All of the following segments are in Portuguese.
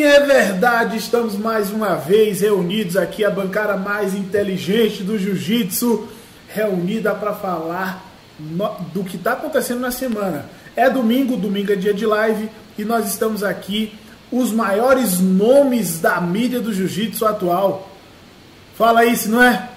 é verdade, estamos mais uma vez reunidos aqui, a bancada mais inteligente do Jiu-Jitsu, reunida para falar do que está acontecendo na semana. É domingo é dia de live e nós estamos aqui, os maiores nomes da mídia do Jiu-Jitsu atual. Fala isso, não é?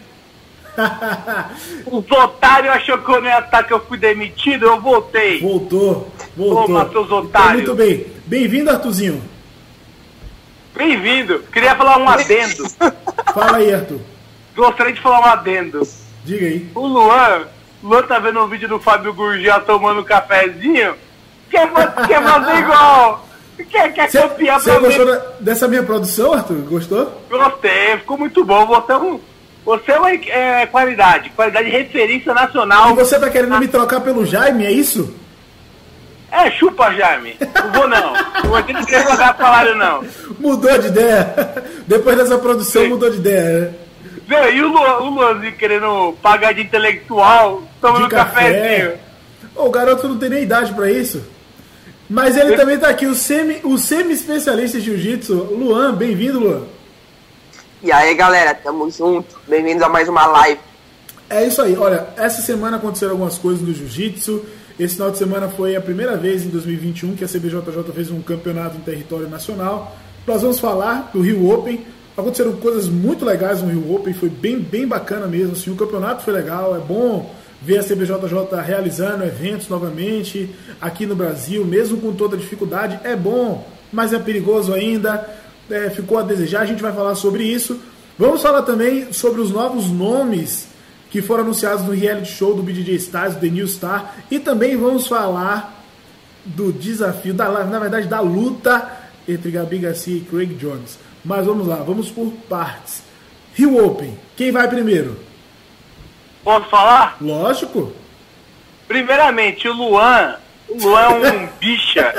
Os otários achou que eu não ia estar, que eu fui demitido, eu voltei. Voltou. Toma, seus otários. Muito bem. Bem-vindo, Arthurzinho. Bem-vindo. Queria falar um adendo. Fala aí, Arthur. Gostaria de falar um adendo. Diga aí. O Luan tá vendo um vídeo do Fábio Gurgel tomando um cafezinho. Quer fazer igual. Quer copiar pra mim. Você gostou dessa minha produção, Arthur? Gostou? Gostei, ficou muito bom. Você é qualidade de referência nacional. E você tá querendo me trocar pelo Jaime, é isso? É, chupa, Jaime. Não vou não. Você não quer pagar salário, não. Mudou de ideia. Depois dessa produção, sim. Mudou de ideia, né? E o Luanzinho querendo pagar de intelectual, tomando cafezinho. O garoto não tem nem idade pra isso. Mas ele também tá aqui, o semi-especialista em jiu-jitsu. Luan, bem-vindo, Luan. E aí, galera, tamo junto. Bem-vindos a mais uma live. É isso aí. Olha, essa semana aconteceram algumas coisas no jiu-jitsu. Esse final de semana foi a primeira vez em 2021 que a CBJJ fez um campeonato em território nacional. Nós vamos falar do Rio Open. Aconteceram coisas muito legais no Rio Open, foi bem bacana mesmo. Assim, o campeonato foi legal, é bom ver a CBJJ realizando eventos novamente aqui no Brasil, mesmo com toda a dificuldade. É bom, mas é perigoso ainda, ficou a desejar. A gente vai falar sobre isso. Vamos falar também sobre os novos nomes que foram anunciados no reality show do BJJ Stars, The New Star, e também vamos falar do desafio, na verdade da luta entre Gabi Garcia e Craig Jones. Mas vamos lá, vamos por partes. Rio Open, quem vai primeiro? Posso falar? Lógico. Primeiramente, o Luan é um bicha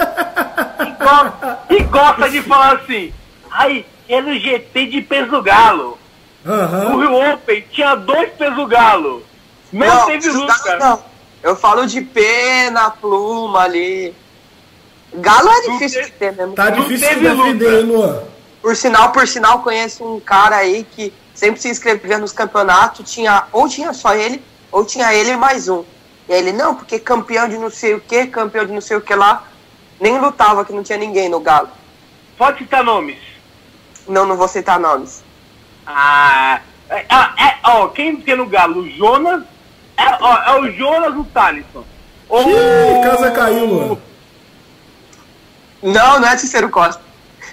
e gosta de falar assim, ai, é no GP de peso galo. Uhum. O Rio Open tinha 2 peso galo. Não teve luta. Não. Eu falo de pena, pluma ali. Galo é difícil de ter mesmo. Tá difícil de defender, Luan. Por sinal, conheço um cara aí que sempre se inscrevia nos campeonatos, ou tinha só ele, ou tinha ele e mais um. E aí ele, não, porque campeão de não sei o que lá, nem lutava, que não tinha ninguém no Galo. Pode citar nomes? Não vou citar nomes. Quem tem no Galo? O Jonas? É o Jonas, o Thalisson. Casa caiu, Luan. Não é Cícero Costa.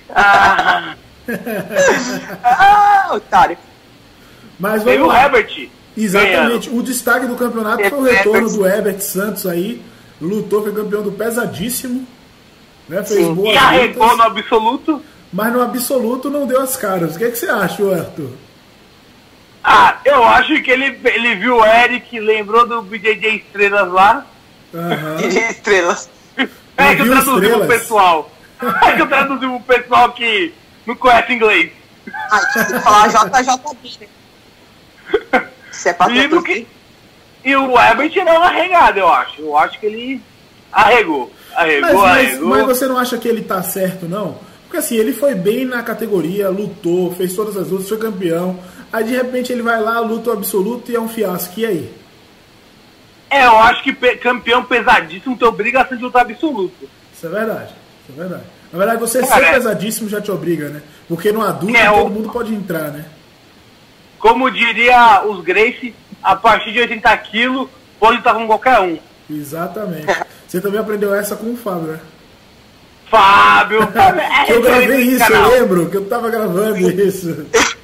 Otário. Mas tem o Herbert. Exatamente. O destaque do campeonato foi o retorno do Herbert Santos aí. Lutou, foi campeão do pesadíssimo. Né? Fez boas e arregou no absoluto. Mas no absoluto não deu as caras. O que você acha, Arthur? Eu acho que ele viu o Eric, lembrou do BJJ Estrelas lá. BJJ Estrelas. Que eu traduzi pro pessoal. Que eu traduzi pro pessoal que não conhece inglês. Tinha que falar JJB, né? Isso é pra E o Herbert era uma arregada, eu acho. Eu acho que ele arregou. Mas você não acha que ele tá certo, não? Porque assim, ele foi bem na categoria, lutou, fez todas as lutas, foi campeão. Aí de repente ele vai lá, luta o absoluto e é um fiasco. E aí? Eu acho que campeão pesadíssimo tem obrigação de lutar absoluto. Isso é verdade. Na verdade, você ser pesadíssimo já te obriga, né? Porque no adulto todo mundo pode entrar, né? Como diria os Gracie, a partir de 80 quilos pode lutar com qualquer um. Exatamente. Você também aprendeu essa com o Fábio, né? Fábio! Eu gravei isso, eu lembro que eu tava gravando isso.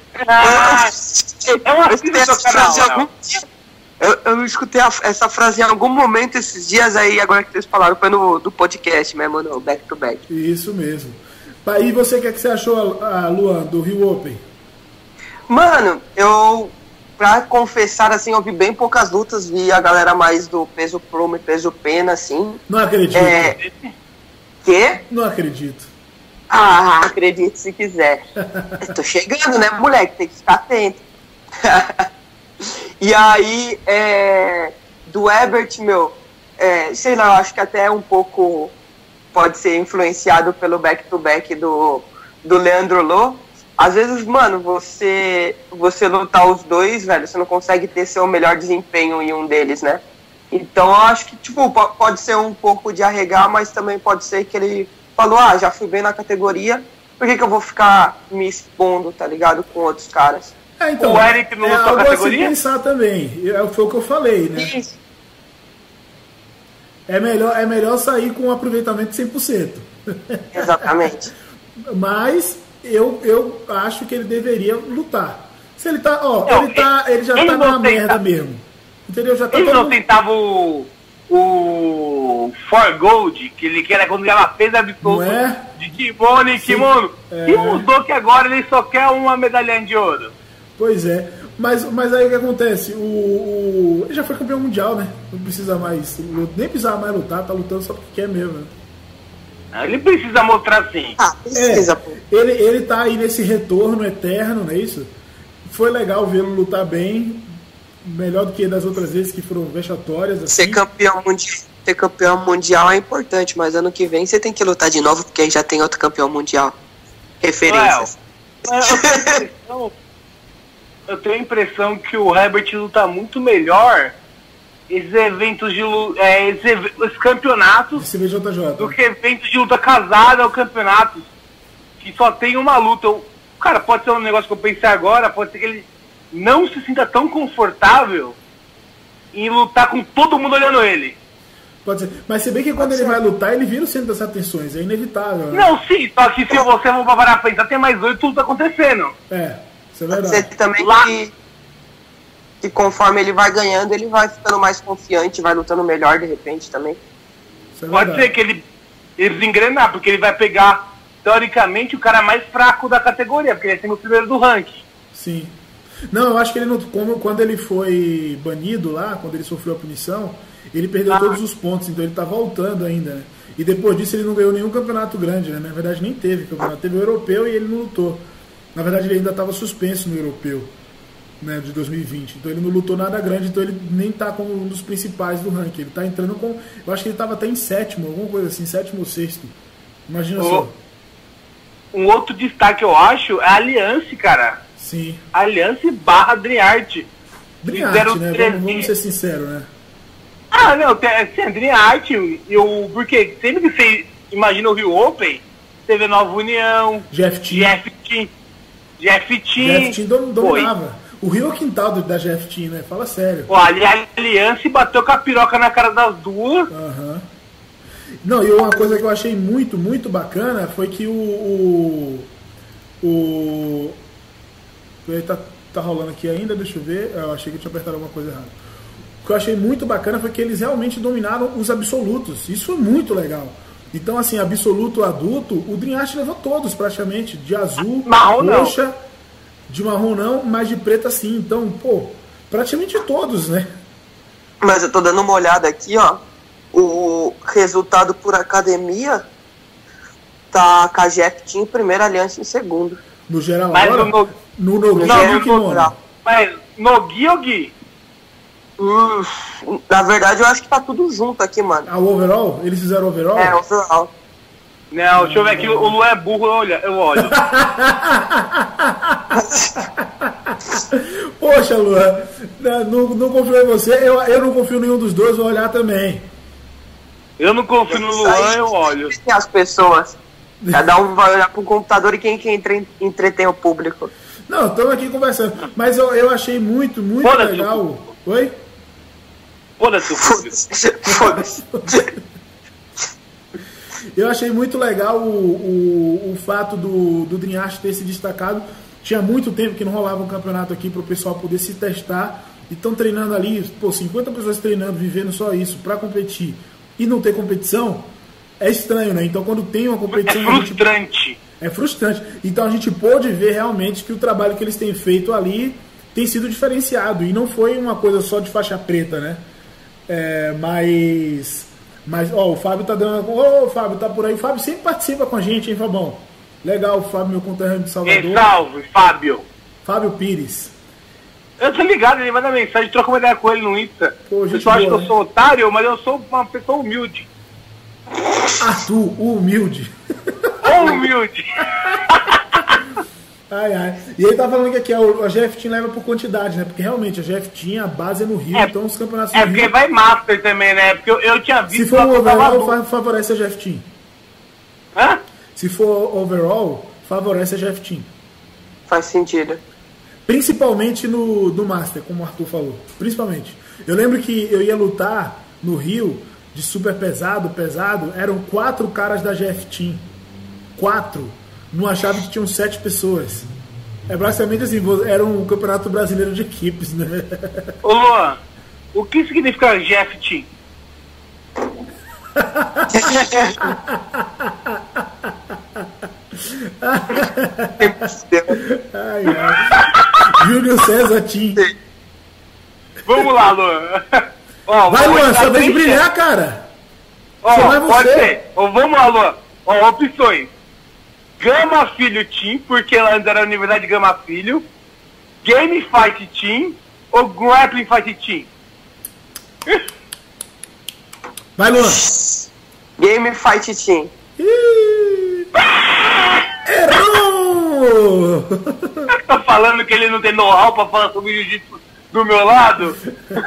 Eu não escutei essa frase em algum momento esses dias aí, agora que vocês falaram, foi do podcast mesmo, no Back to Back. Isso mesmo. E você, o que você achou, Luan, do Rio Open? Mano, pra confessar, assim, eu vi bem poucas lutas, vi a galera mais do peso pluma e peso pena, assim. Não acredito. Quê? Não acredito. Acredito se quiser. Tô chegando, né, moleque? Tem que ficar atento. E aí, do Herbert, sei lá, eu acho que até um pouco pode ser influenciado pelo back-to-back do do Leandro Lô, às vezes, mano, você lutar os dois, velho, você não consegue ter seu melhor desempenho em um deles, né? Então eu acho que, tipo, pode ser um pouco de arregar, mas também pode ser que ele falou, já fui bem na categoria, por que eu vou ficar me expondo, tá ligado, com outros caras? Então, o Eric não lutou a categoria? Pensar também, foi o que eu falei, né? Isso. É melhor sair com um aproveitamento de 100%. Exatamente. Mas eu acho que ele deveria lutar. Se ele tá, ele já tá na merda mesmo. Entendeu? Já tá ele não tentava o For Gold, que era quando ganhava peso absoluto de kimono. E mudou que agora ele só quer uma medalhinha de ouro. Pois é. Mas aí o que acontece? Ele já foi campeão mundial, né? Não precisa mais. Nem precisava mais lutar, tá lutando só porque quer mesmo, né? Ele precisa mostrar sim. Precisa, pô. Ele tá aí nesse retorno eterno, não é isso? Foi legal vê-lo lutar bem, melhor do que das outras vezes que foram vexatórias. Assim. Ser campeão mundial é importante, mas ano que vem você tem que lutar de novo, porque aí já tem outro campeão mundial. Referências. Eu tenho a impressão que o Herbert luta muito melhor esses eventos de esses campeonatos do que eventos de luta casada ou campeonatos que só tem uma luta. Cara, pode ser um negócio que eu pensei agora, pode ser que ele não se sinta tão confortável em lutar com todo mundo olhando ele. Pode ser. Mas se bem que quando ele vai lutar, ele vira o centro das atenções, é inevitável. Né? Não, sim, só que se você for parar pra pensar, tem mais 8, tudo tá acontecendo. Isso é verdade. Pode ser também que conforme ele vai ganhando, ele vai ficando mais confiante, vai lutando melhor de repente também. Pode ser que ele desengrenar, porque ele vai pegar, teoricamente, o cara mais fraco da categoria, porque ele é sempre o primeiro do ranking. Sim. Não, eu acho que ele não. Quando ele foi banido lá, quando ele sofreu a punição, ele perdeu todos os pontos, então ele tá voltando ainda, né? E depois disso ele não ganhou nenhum campeonato grande, né? Na verdade nem teve campeonato, teve o europeu e ele não lutou. Na verdade ele ainda estava suspenso no europeu, né, de 2020, então ele não lutou nada grande, então ele nem tá como um dos principais do ranking, ele tá entrando com, eu acho que ele tava até em sétimo, alguma coisa assim, sétimo ou sexto, imagina só. Um outro destaque eu acho é a Alliance, cara. Sim. Alliance barra Dream-Art, né, vamos ser sinceros, né. Não, tem Dream-Art, porque sempre que você imagina o Rio Open, você vê Nova União, GF Team dominava. O Rio é o quintal da GF Team, né? Fala sério. A Aliança bateu com a piroca na cara das duas. Não, e uma coisa que eu achei muito, muito bacana foi que tá rolando aqui ainda, deixa eu ver. Eu achei que eu tinha apertado alguma coisa errada. O que eu achei muito bacana foi que eles realmente dominaram os absolutos. Isso foi muito legal. Então, assim, absoluto adulto, o Dream-Art levou todos praticamente, de azul, roxa, de marrom não, mas de preta sim. Então, praticamente todos, né? Mas eu tô dando uma olhada aqui, ó. O resultado por academia tá com a GF Team em primeiro, Aliança em segundo. No geral, mas agora? No Nogi ou Kimono? Mas Nogi ou Gui? Na verdade, eu acho que tá tudo junto aqui, mano. O overall? Eles fizeram overall? Overall. Não, deixa eu ver aqui. O Lu é burro, eu olho. Poxa, Luan, não confio em você. Eu não confio em nenhum dos dois, vou olhar também. Eu não confio no Luan, eu olho. As pessoas. Cada um vai olhar pro computador e quem entretém o público. Não, estamos aqui conversando. Mas eu achei muito, muito legal. Oi? Foda-se. Eu achei muito legal o fato do Dream-Art ter se destacado. Tinha muito tempo que não rolava um campeonato aqui para o pessoal poder se testar. E estão treinando ali, 50 pessoas treinando, vivendo só isso para competir e não ter competição, é estranho, né? Então quando tem uma competição... É frustrante. É frustrante. Então a gente pôde ver realmente que o trabalho que eles têm feito ali tem sido diferenciado. E não foi uma coisa só de faixa preta, né? Mas o Fábio tá dando... Ô, Fábio, tá por aí. O Fábio sempre participa com a gente, hein, Fabão? Legal, o Fábio, meu conterrâneo de Salvador. Salve, Fábio. Fábio Pires. Eu tô ligado, ele manda mensagem, troca uma ideia com ele no Insta. O pessoal acha que eu sou otário, mas eu sou uma pessoa humilde. Arthur, o humilde. O humilde. Ai. E ele tá falando que aqui a GF Team leva por quantidade, né? Porque realmente a GF Team, a base é no Rio, então os campeonatos no Rio... porque vai Master também, né? Porque eu tinha visto... Se for overall, favorece a GF Team. Hã? Se for overall, favorece a GF Team. Faz sentido. Principalmente no Master, como o Arthur falou. Principalmente. Eu lembro que eu ia lutar no Rio, de super pesado, eram 4 caras da GF Team. 4. Numa chave que tinham 7 pessoas. É basicamente assim, era um campeonato brasileiro de equipes, né? Ô Luan, o que significa GF Team? Júlio César Team. Vamos lá, Luan. Vai, Luan, só vem brilhar, cara. Pode ser. Vamos lá, Luan. Opções. Gama Filho Team, porque ela antes era a Universidade Gama Filho. Game Fight Team ou Grappling Fight Team? Vai, Luan. Game Fight Team. Errou! Tá falando que ele não tem know-how pra falar sobre jiu-jitsu do meu lado?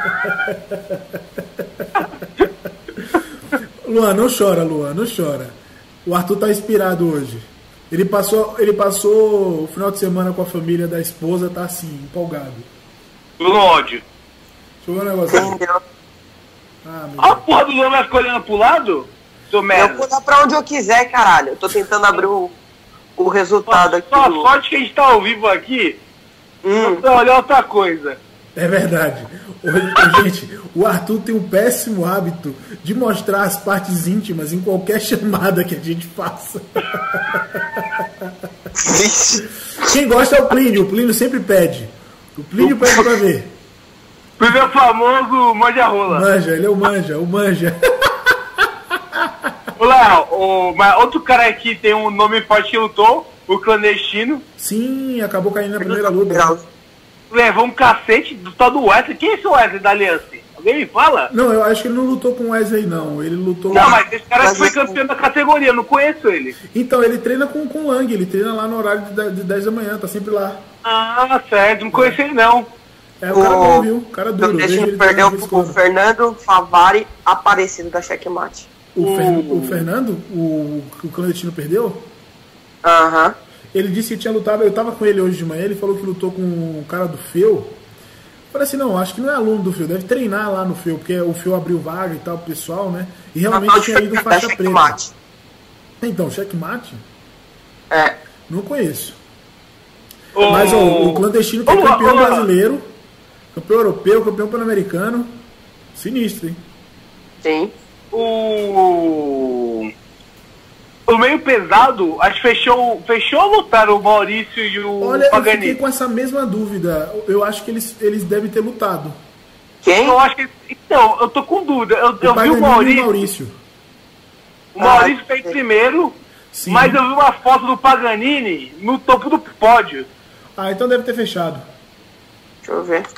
Luan, não chora, Luan, não chora. O Arthur tá inspirado hoje. Ele passou o final de semana com a família da esposa, tá assim, empolgado. No ódio. Deixa eu ver um negócio aí. Entendeu? A porra do Luan vai escolhendo pro lado? Seu merda. Eu vou dar pra onde eu quiser, caralho. Eu tô tentando abrir o resultado aqui. Só a sorte que a gente tá ao vivo aqui. Pra olhar outra coisa. É verdade. Gente, o Arthur tem um péssimo hábito de mostrar as partes íntimas em qualquer chamada que a gente faça. Quem gosta é o Plínio sempre pede. O Plínio pede pra ver. Primeiro famoso manja-rola. Manja, ele é o manja. Ô Léo, outro cara aqui tem um nome forte que lutou, o Clandestino. Sim, acabou caindo na primeira luta. Levou um cacete do tal do Wesley. Quem é esse Wesley da Aliança? Alguém me fala? Não, eu acho que ele não lutou com o Wesley, não. Ele lutou... Não, mas esse cara foi campeão da categoria, eu não conheço ele. Então, ele treina com o Lang, ele treina lá no horário de 10 da manhã, tá sempre lá. Ah, certo, não conheço ele não. É, o cara bom, viu? O cara duro. Deixa eu perder o Fernando Favari Aparecido da Checkmate. O Fernando? O clandestino perdeu? Aham. Ele disse que tinha lutado, eu tava com ele hoje de manhã, ele falou que lutou com o cara do FEU. Eu falei assim, não, acho que não é aluno do FEU, deve treinar lá no FEU, porque o FEU abriu vaga e tal, pro pessoal, né? E realmente tinha ido faixa preta. Então, checkmate? É. Não conheço. Mas o clandestino que é campeão brasileiro, campeão europeu, campeão pan-americano. Sinistro, hein? Sim. O meio pesado, acho que fechou ou lutaram o Maurício e o Olha, Paganini? Eu fiquei com essa mesma dúvida. Eu acho que eles devem ter lutado. Quem? Eu acho que... Então, eu tô com dúvida. Eu vi o Maurício. O Maurício fez primeiro, sim. Mas eu vi uma foto do Paganini no topo do pódio. Ah, então deve ter fechado. Deixa eu ver.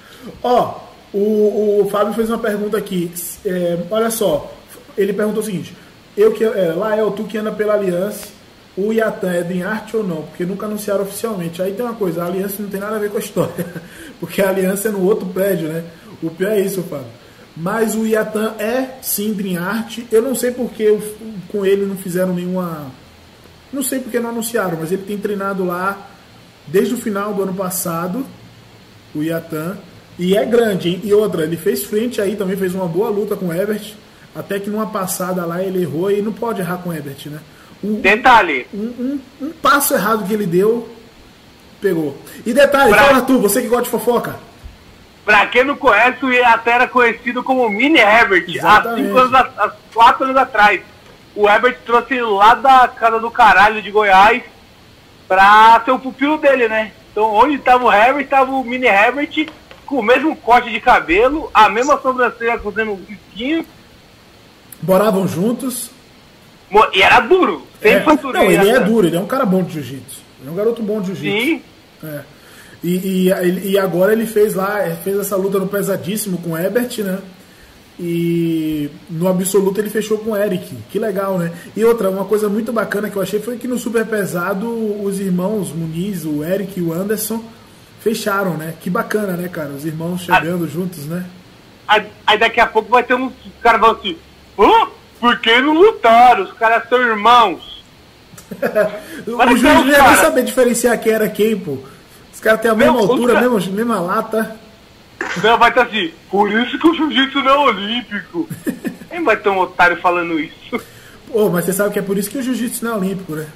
O Fábio fez uma pergunta aqui. Olha só, ele perguntou o seguinte: Lael, tu que anda pela Aliança, o Iatan é de arte ou não? Porque nunca anunciaram oficialmente. Aí tem uma coisa, a Aliança não tem nada a ver com a história, porque a Aliança é no outro prédio, né? O pior é isso, Fábio. Mas o Iatan é sim Dream Art. Eu não sei porque com ele não fizeram nenhuma... Não sei porque não anunciaram, mas ele tem treinado lá desde o final do ano passado, o Iatan. E é grande, hein? E outra, ele fez frente aí, também fez uma boa luta com o Herbert. Até que numa passada lá ele errou e não pode errar com o Herbert, né? Detalhe. Um passo errado que ele deu, pegou. E detalhe, fala tu, você que gosta de fofoca. Pra quem não conhece, o Iatan era conhecido como Mini Herbert. Exatamente. Há 4 anos atrás. O Herbert trouxe ele lá da casa do caralho de Goiás pra ser o pupilo dele, né? Então onde tava o Herbert, tava o Mini Herbert com o mesmo corte de cabelo, a mesma sobrancelha fazendo um risquinho. Moravam juntos. E era duro. Não, ele é duro, ele é um cara bom de jiu-jitsu. Ele é um garoto bom de jiu-jitsu. Sim. É. E agora ele fez essa luta no pesadíssimo com o Herbert, né? E no absoluto ele fechou com o Eric. Que legal, né? E outra, uma coisa muito bacana que eu achei foi que no super pesado os irmãos Muniz, o Eric e o Anderson fecharam, né? Que bacana, né, cara? Os irmãos chegando juntos, né? Aí daqui a pouco vai ter uns caras falando assim, por que não lutaram? Os caras são irmãos. O juiz não ia nem saber diferenciar quem era quem, pô. Os caras têm a mesma altura, mesma lata. Não, vai estar assim, por isso que o jiu-jitsu não é olímpico. Quem vai ter um otário falando isso? Pô, mas você sabe que é por isso que o jiu-jitsu não é olímpico, né?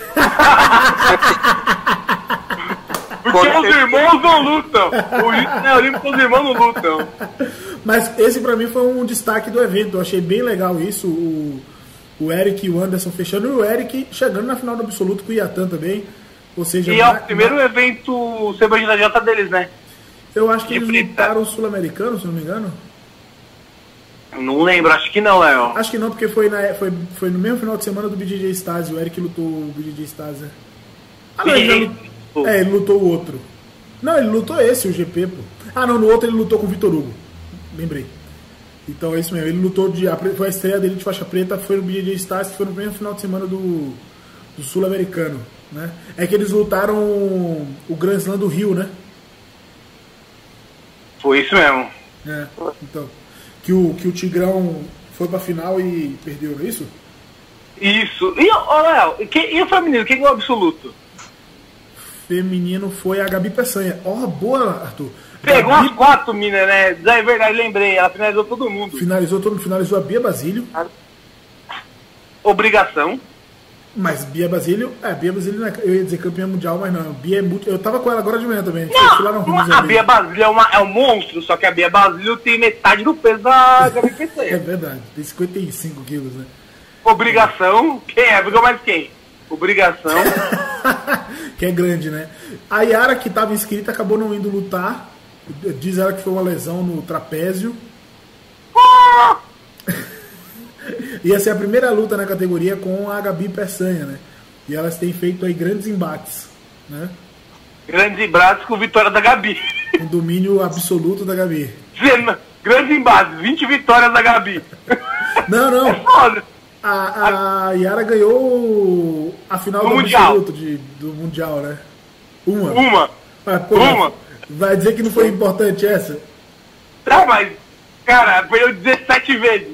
Porque os irmãos não lutam. O jiu-jitsu não é olímpico, os irmãos não lutam. Mas esse pra mim foi um destaque do evento. Eu achei bem legal isso. O Eric e o Anderson fechando. E o Eric chegando na final do absoluto com o Iatan também. Ou seja, e é o primeiro evento CBJJ deles, né? Eu acho que eles lutaram o Sul-Americano, se não me engano. Não lembro, acho que não, Léo. Acho que não, porque foi no mesmo final de semana do BJJ Stars. O Eric lutou o BJJ Stars, né? Ah, não, ele lutou o outro. Não, ele lutou esse, o GP, pô. Ah, não, no outro ele lutou com o Vitor Hugo. Lembrei. Então é isso mesmo, ele lutou foi a estreia dele de faixa preta, foi no BJJ Stars, que foi no mesmo final de semana do Sul-Americano, né? É que eles lutaram o Grand Slam do Rio, né? Foi isso mesmo. É, então. Que o Tigrão foi pra final e perdeu, não é isso? Isso. E, Léo, e o feminino? Quem ganhou o absoluto? Feminino foi a Gabi Peçanha. Boa, Arthur. Pegou as 4 minas, né? É verdade, lembrei. Ela finalizou todo mundo. Finalizou a Bia Basílio. Obrigação. Mas Bia Basílio não é, eu ia dizer campeã mundial, mas não. Bia é muito. Eu tava com ela agora de manhã também. A Bia Basílio é um monstro, só que a Bia Basílio tem metade do peso da Gabi Peçanha. É verdade, tem 55 quilos, né? Obrigação, quem é? Brigou mais quem? Obrigação. Que é grande, né? A Yara, que tava inscrita, acabou não indo lutar. Diz ela que foi uma lesão no trapézio. Ia ser a primeira luta na categoria com a Gabi Peçanha, né? E elas têm feito aí grandes embates, né? Grandes embates com vitória da Gabi. Um domínio absoluto da Gabi. Grandes embates, 20 vitórias da Gabi. Não. É foda. A Yara ganhou a final do absoluto do Mundial, né? Uma. Uma. Vai dizer que não foi importante essa? Tá, mas, cara, perdeu 17 vezes.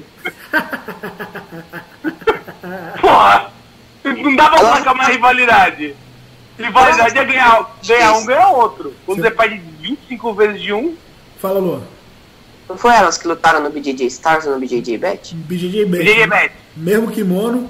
Porra, não dá pra marcar uma rivalidade. Rivalidade é ganhar um, ganhar outro. Quando você perde 25 vezes de um. Fala, Lua. Não foi elas que lutaram no BJJ Stars ou no BJJ Bet? BJJ Bet. Mesmo kimono.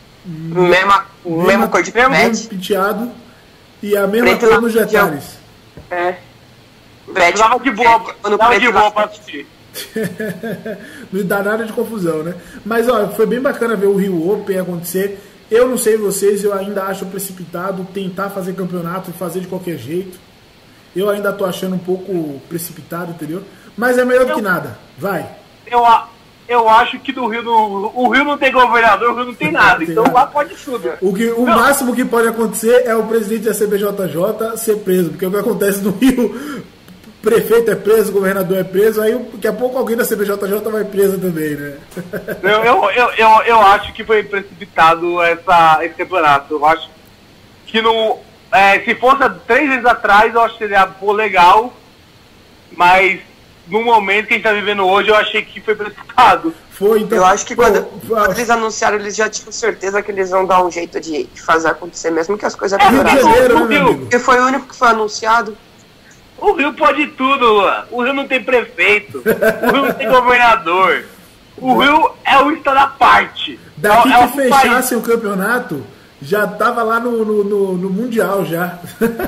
Mesmo cor de pet. Mesmo penteado. E a mesma cor nos detalhes. É. Tava de boa pra assistir. Não dá nada de confusão, né? Mas ó, foi bem bacana ver o Rio Open acontecer. Eu não sei vocês, eu ainda acho precipitado tentar fazer campeonato e fazer de qualquer jeito. Eu ainda tô achando um pouco precipitado, entendeu? Mas é melhor do que nada. Vai. Eu acho que o Rio não tem governador, o Rio não tem nada. Então lá pode tudo. O máximo que pode acontecer é o presidente da CBJJ ser preso, porque o que acontece no Rio, prefeito é preso, governador é preso, aí daqui a pouco alguém da CBJJ vai preso também, né? Eu acho que foi precipitado esse campeonato. Eu acho que se fosse 3 vezes atrás, eu acho que seria legal, mas no momento que a gente tá vivendo hoje, eu achei que foi precipitado. Foi, então. Eu acho que quando eles anunciaram, eles já tinham certeza que eles vão dar um jeito de fazer acontecer, mesmo que as coisas melhorassem. Porque foi o único que foi anunciado. O Rio pode tudo, Luan. O Rio não tem prefeito. O Rio não tem governador. O Rio é o estado à parte. Daqui que fechasse o campeonato, já tava lá no Mundial já.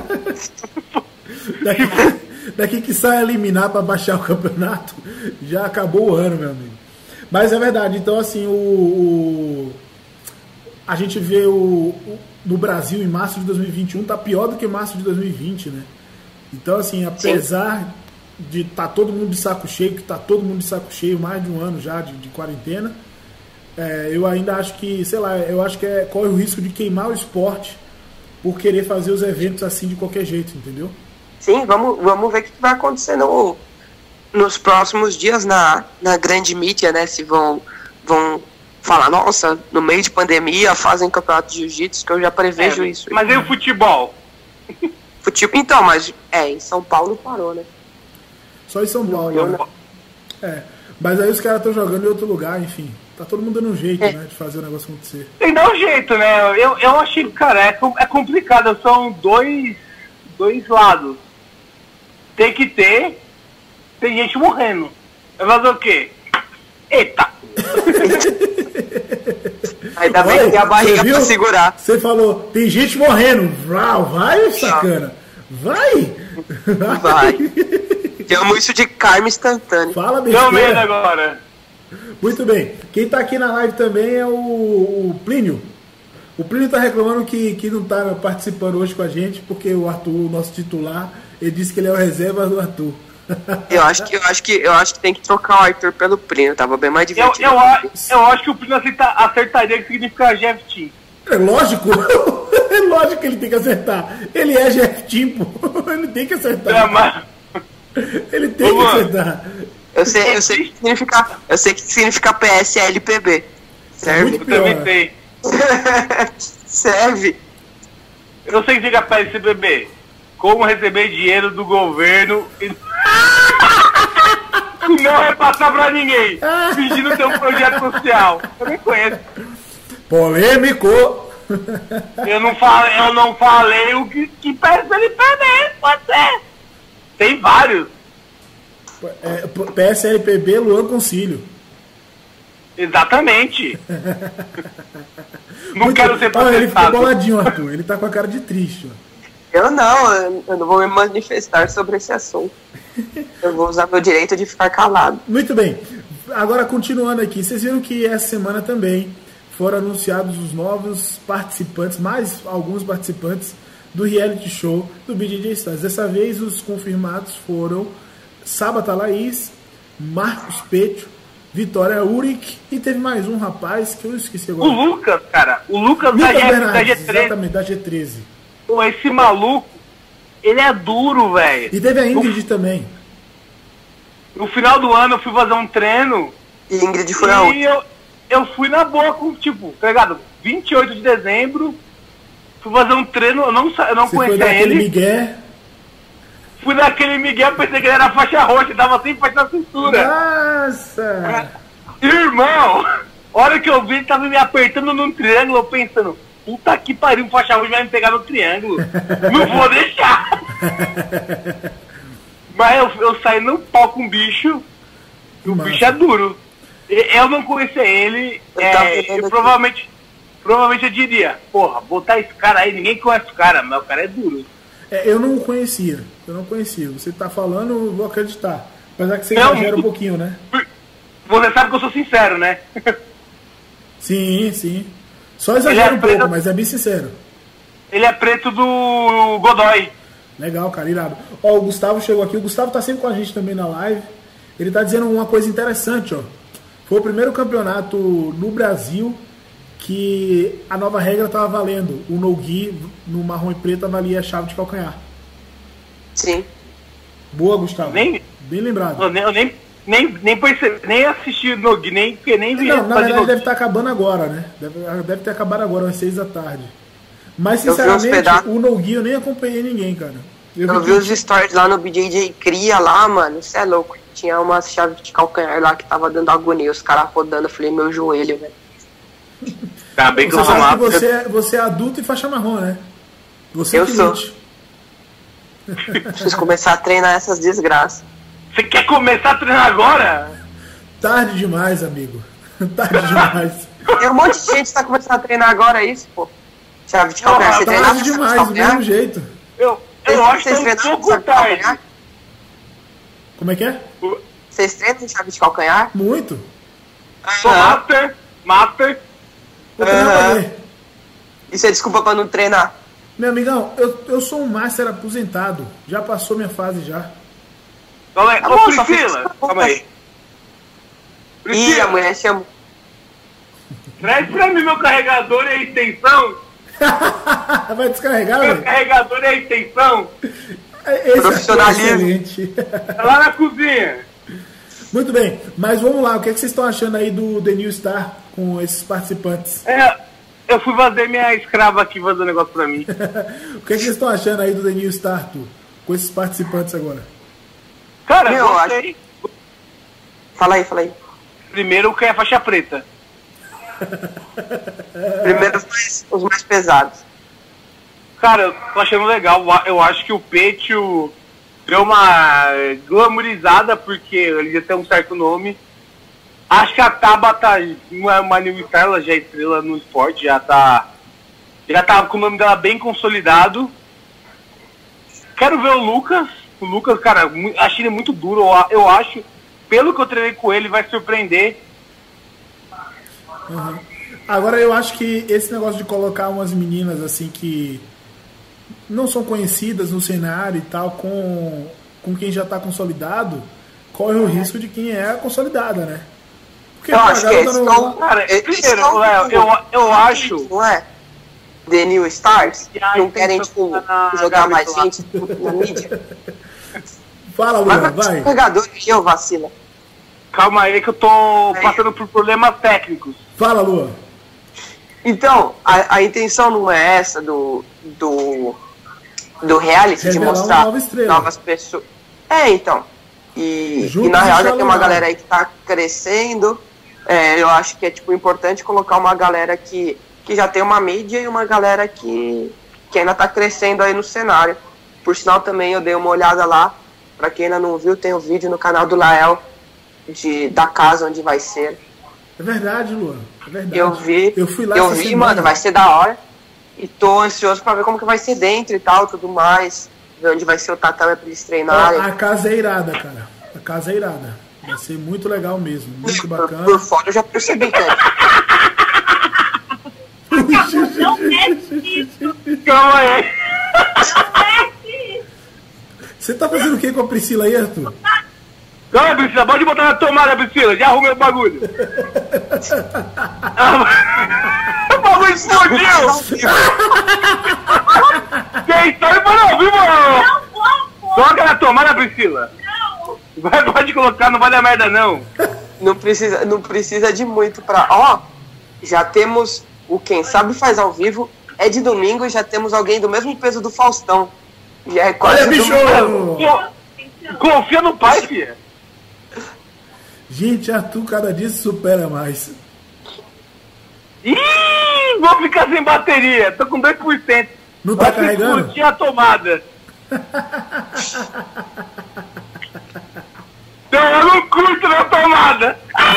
Daqui que sai eliminar para baixar o campeonato, já acabou o ano, meu amigo. Mas é verdade, então assim, a gente vê no Brasil em março de 2021 tá pior do que março de 2020, né? Então assim, apesar de tá todo mundo de saco cheio, que tá todo mundo de saco cheio, mais de um ano já de quarentena, eu ainda acho que, sei lá, eu acho que corre o risco de queimar o esporte por querer fazer os eventos assim de qualquer jeito, entendeu? Sim, vamos ver o que vai acontecer nos próximos dias na grande mídia, né, se vão falar, nossa, no meio de pandemia fazem campeonato de jiu-jitsu, que eu já prevejo isso. Mas e o futebol? Então, mas em São Paulo parou, né? Só em São Paulo, né? Mas aí os caras estão jogando em outro lugar, enfim. Tá todo mundo dando um jeito, né, de fazer o negócio acontecer. Tem que dar um jeito, né? Eu achei, cara, é complicado. São dois lados. Tem que ter. Tem gente morrendo. Vai fazer o quê? Eita! Ainda bem que tem a barriga pra segurar. Você falou, tem gente morrendo. Vai, sacana. Vai! Chamo isso de karma instantâneo. Fala besteira. Não mesmo agora. Muito bem. Quem tá aqui na live também é o Plínio. O Plínio tá reclamando que não tá participando hoje com a gente, porque o Arthur, o nosso titular, ele disse que ele é o reserva do Arthur. Eu acho que tem que trocar o Arthur pelo Plínio, tava bem mais divertido. Eu acho que o Plínio acertaria que significa Jeff Team. É lógico. É lógico que ele tem que acertar. Ele é Jeff Team, pô. Ele tem que acertar. Ele tem que acertar. Eu sei que significa PSLPB. Serve? Eu também sei. Serve. Eu sei que significa PSLPB. Como receber dinheiro do governo e não repassar pra ninguém. Fingindo ter um projeto social. Eu nem conheço. Polêmico. Eu não falei o que PSLPB pode ser. Tem vários. PSLPB, Luan Concílio. Exatamente. Não quero ser processado. Ele ficou boladinho, Arthur. Ele tá com a cara de triste. Eu não vou me manifestar sobre esse assunto. Eu vou usar meu direito de ficar calado. Muito bem. Agora, continuando aqui. Vocês viram que essa semana também foram anunciados os novos participantes, mais alguns participantes do reality show do BJJ Stars. Dessa vez os confirmados foram Sábata Laís, Marcos Pecho, Vitória Uric e teve mais um rapaz que eu esqueci agora. O Lucas, cara. O Lucas da G13. Exatamente, da G13. Pô, esse maluco, ele é duro, velho. E teve a Ingrid também. No final do ano eu fui fazer um treino. E Ingrid foi a outra. Eu fui na boa com, tipo, tá ligado? 28 de dezembro. Fui fazer um treino, eu não conhecia ele. Miguel. Fui naquele Miguel, pensei que ele era faixa roxa, tava sem faixa na cintura. Nossa! Irmão, a hora que eu vi, ele tava me apertando num triângulo, eu pensando, puta que pariu, um faixa roxa vai me pegar no triângulo. Não vou deixar. Mas eu saí no pau com o bicho, e o bicho é duro. Eu não conhecia ele, eu provavelmente eu diria, porra, botar esse cara aí, ninguém conhece o cara, mas o cara é duro. Eu não conhecia. Você tá falando, eu vou acreditar. Apesar que você exagera um pouquinho, né? Você sabe que eu sou sincero, né? Sim. Só exagera um pouco, mas é bem sincero. Ele é preto do Godoy. Legal, cara, irado. Ó, o Gustavo chegou aqui. O Gustavo tá sempre com a gente também na live. Ele tá dizendo uma coisa interessante, ó. Foi o primeiro campeonato no Brasil que a nova regra estava valendo. O no-gi no marrom e preto valia a chave de calcanhar. Sim. Boa, Gustavo. Bem lembrado. Eu nem percebi, nem assisti no-gi, nem vi. Não, na verdade deve estar acabando agora, né? Deve ter acabado agora, às 6 da tarde. Mas, sinceramente, o no-gi eu nem acompanhei ninguém, cara. Eu vi os stories lá no BJJ Cria lá, mano. Você é louco. Tinha uma chave de calcanhar lá que tava dando agonia. Os caras rodando, eu falei, meu joelho, velho. Tá bem que você sabe que você é adulto e faixa marrom, né? Você eu sou. Preciso começar a treinar essas desgraças. Você quer começar a treinar agora? Tarde demais, amigo. Tarde demais. Tem um monte de gente que tá começando a treinar agora, é isso, pô. Chave de calcanhar. Você treina tarde demais, do mesmo jeito. Eu acho que é um pouco tarde. Como é que é? Vocês treinam chave de calcanhar? Muito. Sou master. Isso é desculpa pra não treinar? Meu amigão, eu sou um master aposentado. Já passou minha fase já. Calma aí. Ô, Priscila, calma aí. Ih, a mulher chamou. Traz pra mim meu carregador e a extensão. Vai descarregar, meu velho? Carregador e a extensão. Profissionalismo. Excelente. É lá na cozinha. Muito bem, mas vamos lá, o que vocês estão achando aí do The New Star com esses participantes? Eu fui fazer minha escrava aqui fazer um negócio pra mim. O que vocês estão achando aí do The New Star, com esses participantes agora? Cara, eu gostei. Fala aí. Primeiro que é a faixa preta. Primeiro os mais pesados. Cara, eu tô achando legal. Eu acho que o Pétio deu uma glamourizada, porque ele já tem um certo nome. Acho que a Tabata não é uma New Star, ela já é estrela no esporte, já tá com o nome dela bem consolidado. Quero ver o Lucas. O Lucas, cara, achei ele muito duro. Eu acho, pelo que eu treinei com ele, vai surpreender. Uhum. Agora eu acho que esse negócio de colocar umas meninas assim que não são conhecidas no cenário e tal, com quem já está consolidado, corre o risco de quem é consolidada, né? Porque eu acho que eles estão... Cara, primeiro, Léo, eu acho... Não é? The New Stars? Não querem, tipo, jogar mais gente na mídia? Fala, Luan, vai. Pegador que eu vacila. Calma aí que eu tô passando por problemas técnicos. Fala, Luan. Então, a intenção não é essa do reality, de mostrar novas pessoas. Então. E na real já tem uma galera aí que tá crescendo. Eu acho que é tipo importante colocar uma galera que já tem uma mídia e uma galera que ainda tá crescendo aí no cenário. Por sinal também eu dei uma olhada lá. Pra quem ainda não viu, tem um vídeo no canal do Lael da casa onde vai ser. É verdade, Luan. É verdade. Eu fui lá. Eu vi, mano, vai ser da hora. E tô ansioso pra ver como que vai ser dentro e tal, tudo mais. Ver onde vai ser o tatame pra eles treinarem. A casa é irada, cara. A casa é irada. Vai ser muito legal mesmo. Muito bacana. Por fora eu já percebi, cara. Não mexe isso. Calma aí. Você tá fazendo o que com a Priscila aí, Arthur? Calma, Priscila. Pode botar na tomada, Priscila. Já arrumei o bagulho. O bagulho explodiu. Quem sabe para não ouvir, mano? Não vou. Coloca na tomada, Priscila. Não. Pode colocar, não vai dar merda, não. Não precisa de muito pra... já temos o Quem Sabe Faz ao Vivo. É de domingo e já temos alguém do mesmo peso do Faustão. Já é quase. Olha, bicho! Confia no pai, filha. Gente, Arthur cada dia se supera mais. Ih, vou ficar sem bateria. Tô com 2%. Não tá carregando? Curtir a tomada. Eu não curto na tomada.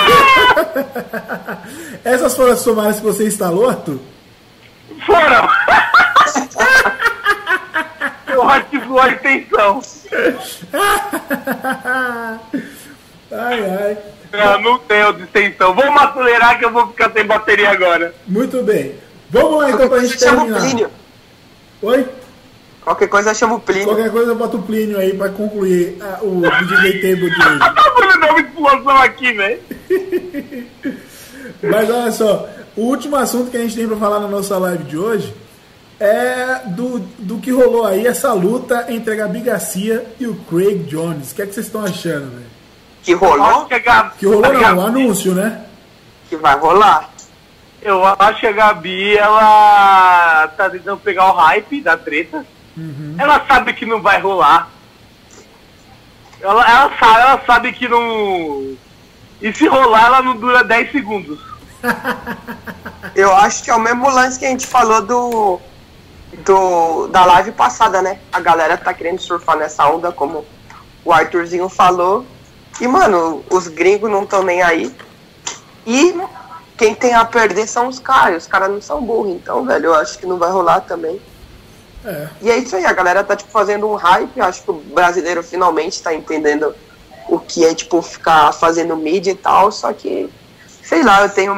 Essas foram as tomadas que você instalou, Arthur? Foram. Eu ativou a extensão. Ai. Não tenho de extensão. Vamos acelerar que eu vou ficar sem bateria agora. Muito bem. Vamos lá então pra gente terminar. Oi? Qualquer coisa chama o Plínio. Qualquer coisa eu boto o Plínio aí pra concluir o DJ Table de hoje. Tá dando uma explosão aqui, velho. Mas olha só, o último assunto que a gente tem pra falar na nossa live de hoje é do que rolou aí, essa luta entre a Gabi Garcia e o Craig Jones. O que é que vocês estão achando, velho? Que rolou? Que rolou não, o anúncio, né? Que vai rolar. Eu acho que a Gabi, ela tá tentando pegar o hype da treta. Uhum. Ela sabe que não vai rolar. Ela sabe que não... E se rolar, ela não dura 10 segundos. Eu acho que é o mesmo lance que a gente falou da live passada, né? A galera tá querendo surfar nessa onda, como o Arthurzinho falou. E, mano, os gringos não estão nem aí. E quem tem a perder são os caras. Os caras não são burros, então, velho, eu acho que não vai rolar também. É. E é isso aí, a galera tá, tipo, fazendo um hype. Eu acho que o brasileiro finalmente tá entendendo o que é, tipo, ficar fazendo mídia e tal. Só que, sei lá, eu tenho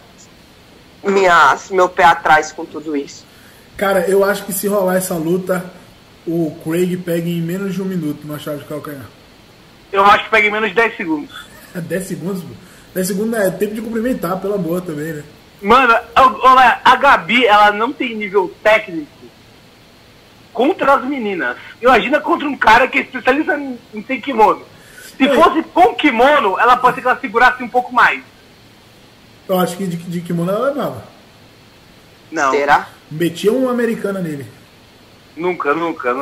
meu pé atrás com tudo isso. Cara, eu acho que se rolar essa luta, o Craig pega em menos de 1 minuto na chave de calcanhar. Eu acho que pega em menos de 10 segundos. 10 segundos? 10 segundos é tempo de cumprimentar, pelo amor também, né? Mano, a Gabi, ela não tem nível técnico contra as meninas. Imagina contra um cara que é especialista em ter kimono. Se fosse com kimono, ela pode ser que ela segurasse um pouco mais. Eu acho que de kimono ela levava. Não. Será? Metia uma americana nele. Nunca.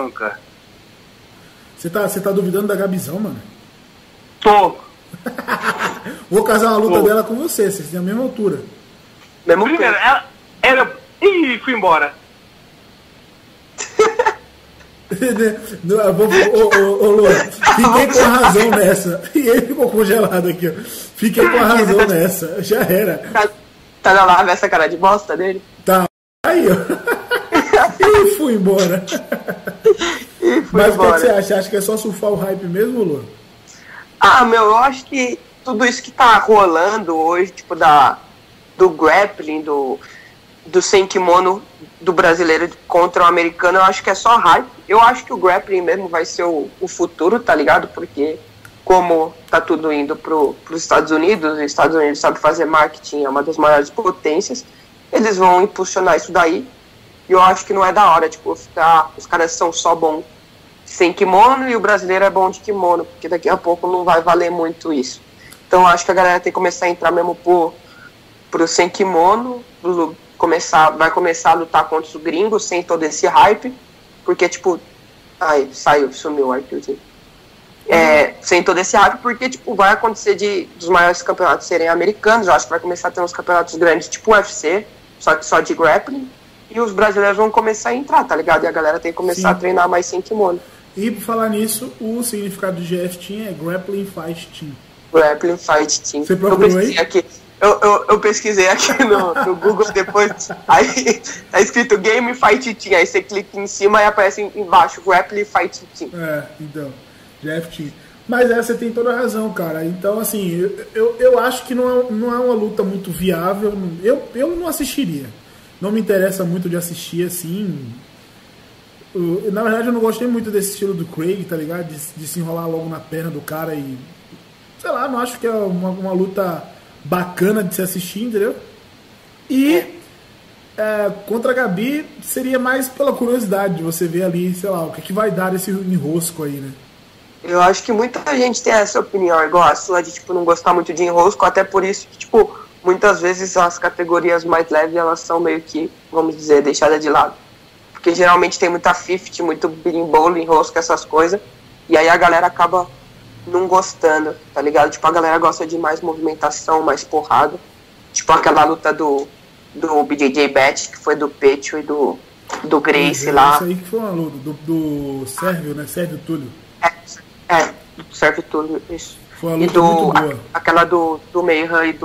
Você tá duvidando da Gabizão, mano? Tô. Vou casar uma luta dela com você, vocês têm a mesma altura. Primeiro, ela era... Ih, fui embora. Ô Luan, fiquei com a razão nessa. E ele ficou congelado aqui, ó. Fiquei com a razão nessa. Já era. Tá na live essa cara de bosta dele? Tá. Aí, ó. E fui embora. Mas o que você acha? Acha que é só surfar o hype mesmo, Luan? Ah, meu, eu acho que tudo isso que tá rolando hoje, tipo, do grappling, do sem kimono do brasileiro contra o americano, eu acho que é só hype. Eu acho que o grappling mesmo vai ser o futuro, tá ligado? Porque como tá tudo indo pros Estados Unidos, os Estados Unidos sabe fazer marketing, é uma das maiores potências, eles vão impulsionar isso daí. E eu acho que não é da hora, tipo, os caras são só bons sem kimono e o brasileiro é bom de kimono, porque daqui a pouco não vai valer muito isso. Então eu acho que a galera tem que começar a entrar mesmo pro sem kimono, vai começar a lutar contra os gringos sem todo esse hype, porque tipo, sumiu o Arthurzinho. Sem todo esse hype, porque tipo, vai acontecer dos maiores campeonatos serem americanos. Eu acho que vai começar a ter uns campeonatos grandes, tipo UFC, só que só de grappling, e os brasileiros vão começar a entrar, tá ligado? E a galera tem que começar a treinar mais sem kimono. E por falar nisso, o significado do GF Team é Grappling Fight Team. Grappling Fight Team. Você procurou aí? Eu pesquisei aqui no Google depois, aí tá escrito Game Fight Team, aí você clica em cima e aparece embaixo Grappling Fight Team. Então, GF Team. Mas você tem toda a razão, cara. Então, assim, eu acho que não é uma luta muito viável. Eu não assistiria. Não me interessa muito de assistir, assim. Na verdade, eu não gostei muito desse estilo do Craig, tá ligado? De se enrolar logo na perna do cara e... Sei lá, não acho que é uma luta bacana de se assistir, entendeu? E contra a Gabi seria mais pela curiosidade de você ver ali, sei lá, o que vai dar esse enrosco aí, né? Eu acho que muita gente tem essa opinião igual a sua, de tipo, não gostar muito de enrosco, até por isso que, tipo, muitas vezes as categorias mais leves, elas são meio que, vamos dizer, deixadas de lado. Porque geralmente tem muita 50, muito berimbolo, enrosco, essas coisas, e aí a galera acaba não gostando, tá ligado? Tipo, a galera gosta de mais movimentação, mais porrada. Tipo aquela luta do BJJ Bet, que foi do Pecho e do Gracie lá. Isso aí que foi uma luta, do Sérvio, né? Sérvio Túlio. Do Sérvio Túlio, isso. Foi uma luta muito boa. Aquela do Mayhem e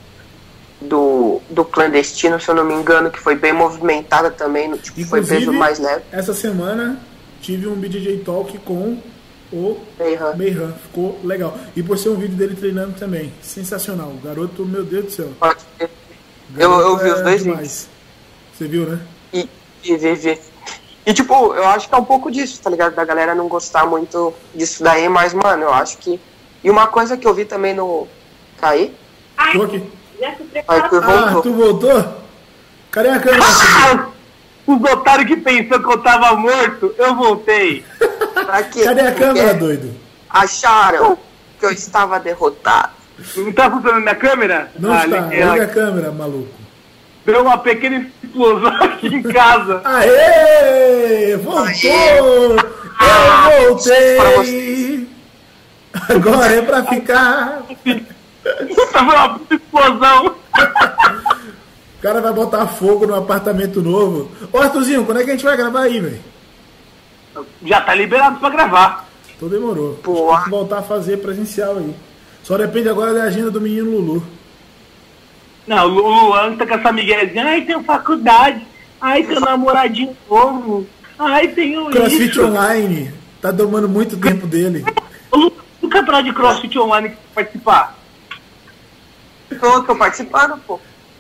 do Clandestino, se eu não me engano, que foi bem movimentada também, tipo, foi peso mais leve. Essa semana tive um BJJ Talk com o Mayhem, ficou legal. E por ser um vídeo dele treinando também, sensacional. O garoto, meu Deus do céu. Eu vi os dois vídeos. Você viu, né? Vi. E tipo, eu acho que é um pouco disso, tá ligado? Da galera não gostar muito disso daí, mas, mano, eu acho que... E uma coisa que eu vi também no... Caí? Tô aqui. Tu voltou? Cadê a câmera? Os otários que pensou que eu tava morto, eu voltei. Cadê a câmera, doido? Acharam que eu estava derrotado. Não tá funcionando minha câmera? Não está, liga a câmera, maluco. Deu uma pequena explosão aqui em casa. Aê! Voltou! Eu voltei! Agora é pra ficar! Foi uma explosão! O cara vai botar fogo no apartamento novo. Ô Arthurzinho, quando é que a gente vai gravar aí, velho? Já tá liberado pra gravar. Então demorou. Tem que voltar a fazer presencial aí. Só depende agora da agenda do menino Lulu. Não, o Luan tá com essa miguezinha. Ai, tenho faculdade. Ai, tenho namoradinho novo. Ai, tenho CrossFit isso. Online. Tá tomando muito tempo dele. O campeonato de CrossFit Online que participar? Tô participando, pô.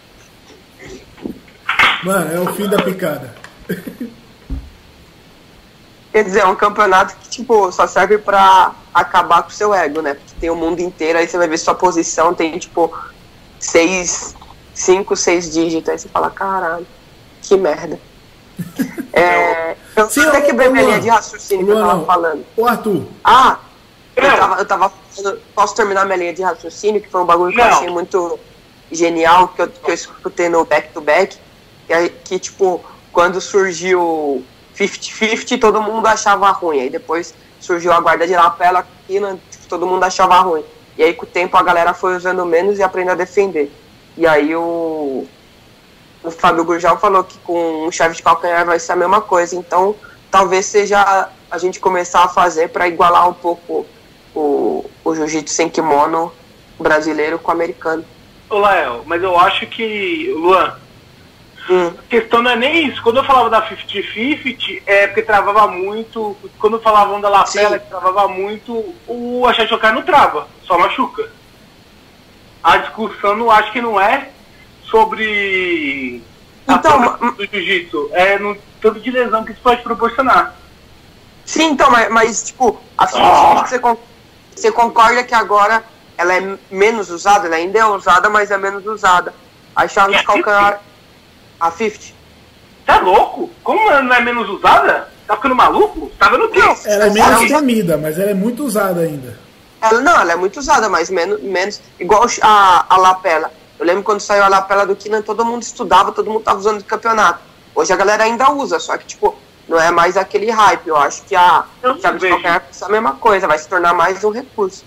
Mano, é o fim da picada. Quer dizer, é um campeonato que, tipo, só serve pra acabar com o seu ego, né? Porque tem o mundo inteiro, aí você vai ver sua posição, tem, tipo, 5, 6 dígitos. Aí você fala, caralho, que merda. Eu até quebrei minha linha de raciocínio que eu tava falando. Ô, Arthur. Eu tava posso terminar minha linha de raciocínio, que foi um bagulho que eu achei muito genial, que eu escutei no Back to Back, que tipo, quando surgiu 50-50, todo mundo achava ruim, aí depois surgiu a guarda de lapela, aqui, tipo, todo mundo achava ruim, e aí com o tempo a galera foi usando menos e aprendeu a defender, e aí o Fábio Gurgel falou que com chave de calcanhar vai ser a mesma coisa, então talvez seja a gente começar a fazer para igualar um pouco o jiu-jitsu sem kimono brasileiro com o americano. Ô Lael, mas eu acho que, Luan, a questão não é nem isso. Quando eu falava da 50-50, é porque travava muito. Quando falavam da lapela, que travava muito, o Achachocar não trava, só machuca. A discussão não acho que não é sobre do jiu-jitsu, é no tanto de lesão que isso pode proporcionar. Sim, então, mas tipo, a 50-50 você concorda que agora ela é menos usada? Ela ainda é usada, mas é menos usada. A chave de calcanhar... A 50. Tá louco? Como ela não é menos usada? Tá ficando maluco? Tá vendo o quê? Ela é menos temida, mas ela é muito usada ainda. Ela é muito usada, mas menos igual a lapela. Eu lembro quando saiu a lapela do Keenan, todo mundo estudava, todo mundo tava usando de campeonato. Hoje a galera ainda usa, só que tipo, não é mais aquele hype. Eu acho que a chave de calcanhar é a mesma coisa, vai se tornar mais um recurso.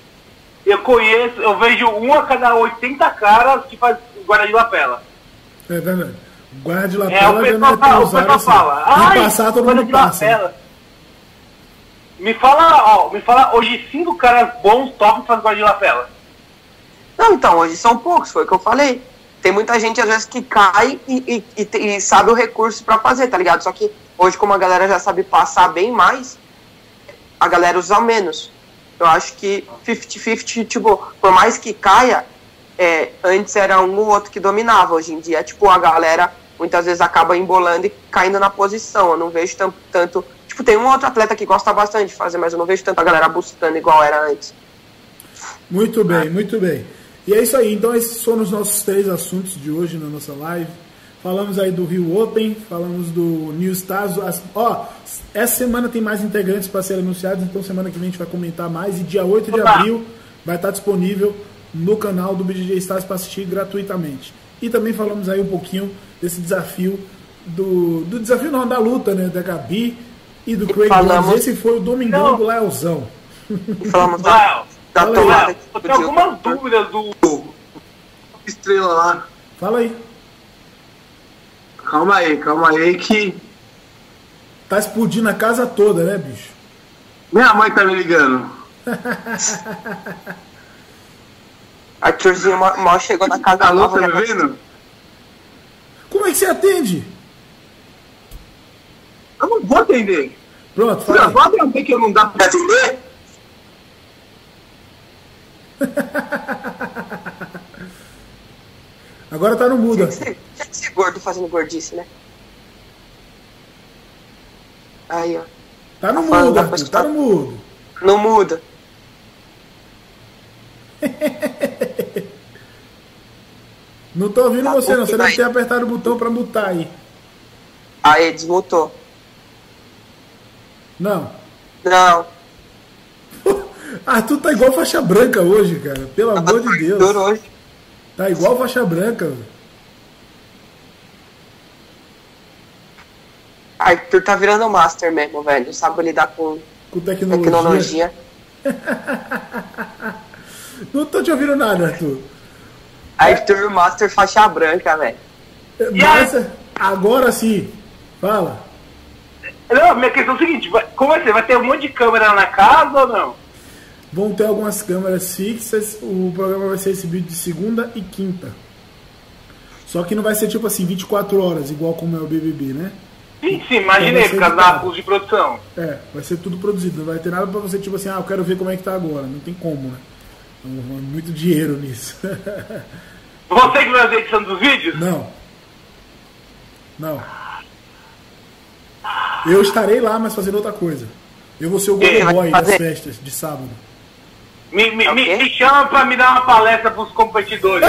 Eu vejo um a cada 80 caras que faz guarda de lapela. É verdade. Guarda de lapela já não é tão usado assim. Em passar todo mundo passa. Me fala hoje 5 caras bons, top, faz guarda de lapela. Não, então, hoje são poucos, foi o que eu falei. Tem muita gente, às vezes, que cai e sabe o recurso pra fazer, tá ligado? Só que hoje, como a galera já sabe passar bem mais, a galera usa menos. Eu acho que 50-50, tipo, por mais que caia, antes era um ou outro que dominava. Hoje em dia, tipo, a galera muitas vezes acaba embolando e caindo na posição. Eu não vejo tanto... Tipo, tem um outro atleta que gosta bastante de fazer, mas eu não vejo tanta galera buscando igual era antes. Muito bem, muito bem. E é isso aí. Então, esses foram os nossos 3 assuntos de hoje na nossa live. Falamos aí do Rio Open, falamos do New Stars. Essa semana tem mais integrantes para serem anunciados, então semana que vem a gente vai comentar mais. E dia 8 de abril vai estar disponível no canal do BJJ Stars para assistir gratuitamente. E também falamos aí um pouquinho desse desafio, da luta, né, da Gabi e do Craig Jones. Esse foi o domingão do Leozão. E falamos da tomada. Eu tenho algumas dúvidas do estrela lá. Fala aí. Calma aí que... Tá explodindo a casa toda, né, bicho? Minha mãe tá me ligando. Arthurzinho mal chegou na casa Alô, nova. Tá me vendo? Como é que você atende? Eu não vou atender. Pronto, fala aí. Pode atender que eu não dá pra atender? Agora tá no mudo. Tinha que ser gordo fazendo gordice, né? Aí, ó. Tá no mudo, Arthur, tá no mudo. Não muda. Não tô ouvindo você não, você deve ter apertado o botão pra mutar aí. Aí, desmutou. Não. Arthur tá igual faixa branca hoje, cara. Pelo amor de Deus. Hoje. Tá igual faixa branca, velho. Arthur tá virando master mesmo, velho. Sabe lidar com tecnologia. Não tô te ouvindo nada, Arthur. Arthur master faixa branca, velho. Mas agora sim. Fala. Não, minha questão é o seguinte, como vai ser? Vai ter um monte de câmera na casa ou não? Vão ter algumas câmeras fixas, o programa vai ser exibido de segunda e quinta. Só que não vai ser tipo assim, 24 horas, igual como é o BBB, né? Sim, imaginei, por causa da custo de produção. Vai ser tudo produzido, não vai ter nada pra você tipo assim, eu quero ver como é que tá agora, não tem como, né? Muito dinheiro nisso. Você que vai fazer a edição dos vídeos? Não. Eu estarei lá, mas fazendo outra coisa. Eu vou ser o Golden Boy das festas de sábado. Me chama pra me dar uma palestra pros competidores.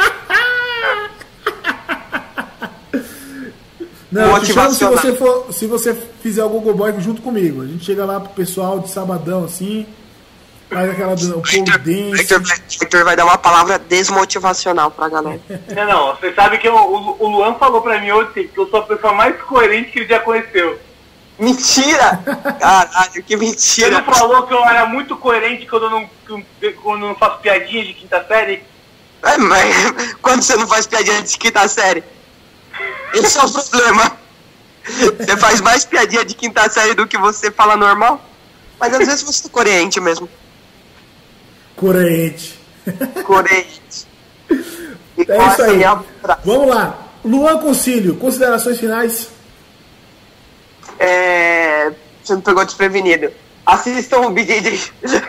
Não, eu te chamo se você fizer o Google Boy junto comigo. A gente chega lá pro pessoal de sabadão assim. Faz aquela do O Victor vai dar uma palavra desmotivacional pra galera. Não, você sabe que o Luan falou pra mim hoje que eu sou a pessoa mais coerente que ele já conheceu. Mentira! Caralho, que mentira! Você não falou que eu era muito coerente quando eu não faço piadinha de quinta série? Mas quando você não faz piadinha de quinta série? Esse é o problema. Você faz mais piadinha de quinta série do que você fala normal? Mas às vezes você é coerente mesmo. Coerente. É isso aí. Vamos lá. Luan Concílio, considerações finais? Você me pegou desprevenido. Assistam o BJJ.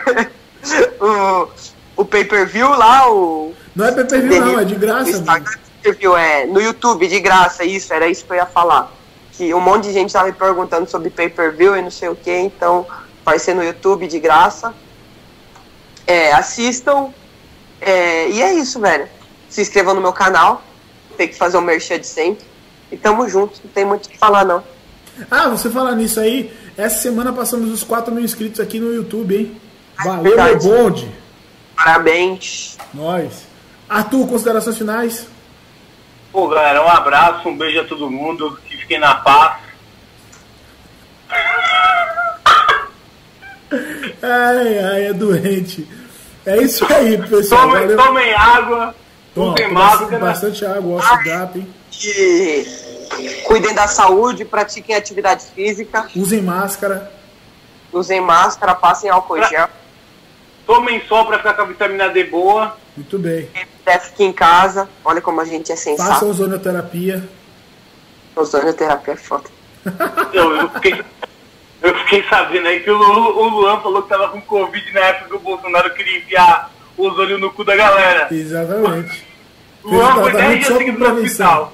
o pay-per-view lá, Não é pay-per-view não, é de graça. Pay-per-view no YouTube, de graça, isso, era isso que eu ia falar. Que um monte de gente tava me perguntando sobre pay-per-view e não sei o que, então vai ser no YouTube de graça. Assistam. E é isso, velho. Se inscrevam no meu canal. Tem que fazer o merchan de sempre. E tamo junto, não tem muito o que falar, não. Você falar nisso aí, essa semana passamos os 4 mil inscritos aqui no YouTube, hein? Valeu, meu bonde. Parabéns. Nós. Arthur, considerações finais? Pô, galera, um abraço, um beijo a todo mundo. Que fiquem na paz. Ai, é doente. É isso aí, pessoal. Tomem água. Usem máscara. Bastante água, oxidato, hein? E cuidem da saúde, pratiquem atividade física. Usem máscara. Passem álcool gel. Tomem sol pra ficar com a vitamina D boa. Muito bem. Fique em casa. Olha como a gente é sensato. Faça ozonioterapia. Ozonioterapia é foda. Eu fiquei sabendo aí que o Luan falou que tava com Covid na época que o Bolsonaro queria enfiar o ozônio no cu da galera. Exatamente. O Luan foi 10 dias seguidos no hospital.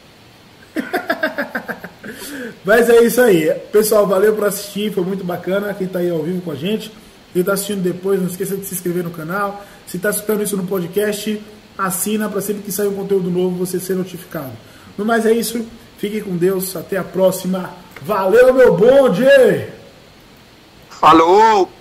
Mas é isso aí. Pessoal, valeu por assistir. Foi muito bacana. Quem tá aí ao vivo com a gente. Quem tá assistindo depois, não esqueça de se inscrever no canal. Se tá escutando isso no podcast, assina para sempre que sair um conteúdo novo você ser notificado. No mais é isso. Fiquem com Deus. Até a próxima. Valeu, meu bonde! Falou!